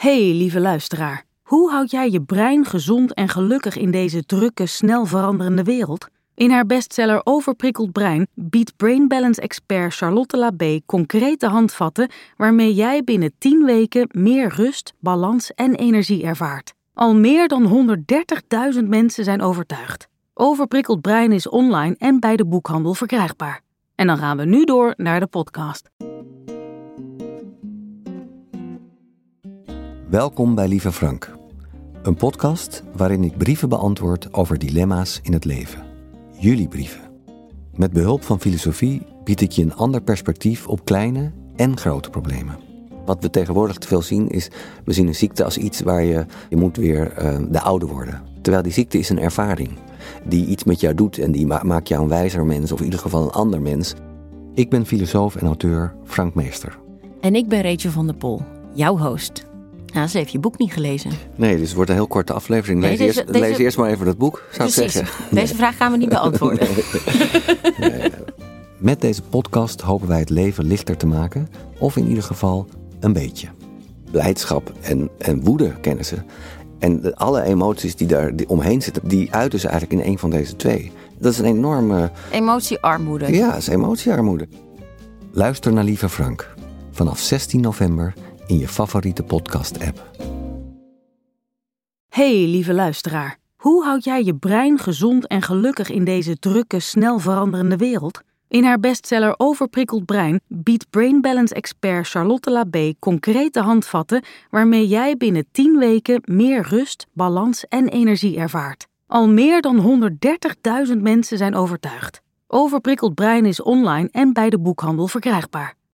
Hey, lieve luisteraar. Hoe houd jij je brein gezond en gelukkig in deze drukke, snel veranderende wereld? In haar bestseller Overprikkeld Brein biedt Brain Balance-expert Charlotte Labé concrete handvatten waarmee jij binnen 10 weken meer rust, balans en energie ervaart. Al meer dan 130.000 mensen zijn overtuigd. Overprikkeld Brein is online en bij de boekhandel verkrijgbaar. En dan gaan we nu door naar de podcast. Welkom bij Lieve Frank, een podcast waarin ik brieven beantwoord over dilemma's in het leven. Jullie brieven. Met behulp van filosofie bied ik je een ander perspectief op kleine en grote problemen. Wat we tegenwoordig te veel zien is, we zien een ziekte als iets waar je moet weer de oude worden. Terwijl die ziekte is een ervaring die iets met jou doet en die maakt jou een wijzer mens of in ieder geval een ander mens. Ik ben filosoof en auteur Frank Meester. En ik ben Rachel van der Pol, jouw host. Nou, ze heeft je boek niet gelezen. Nee, dus het wordt een heel korte aflevering. Lees eerst maar even dat boek, zou ik zeggen. Deze vraag gaan we niet beantwoorden. Nee. Met deze podcast hopen wij het leven lichter te maken. Of in ieder geval een beetje. Blijdschap en woede kennen ze. En alle emoties die omheen zitten, die uiten ze eigenlijk in een van deze twee. Dat is een enorme... Emotiearmoede. Ja, dat is emotiearmoede. Luister naar Lieve Frank. Vanaf 16 november... in je favoriete podcast-app. Hey, lieve luisteraar. Hoe houd jij je brein gezond en gelukkig in deze drukke, snel veranderende wereld? In haar bestseller Overprikkeld Brein biedt Brain Balance-expert Charlotte Labé concrete handvatten waarmee jij binnen 10 weken meer rust, balans en energie ervaart. Al meer dan 130.000 mensen zijn overtuigd. Overprikkeld Brein is online en bij de boekhandel verkrijgbaar.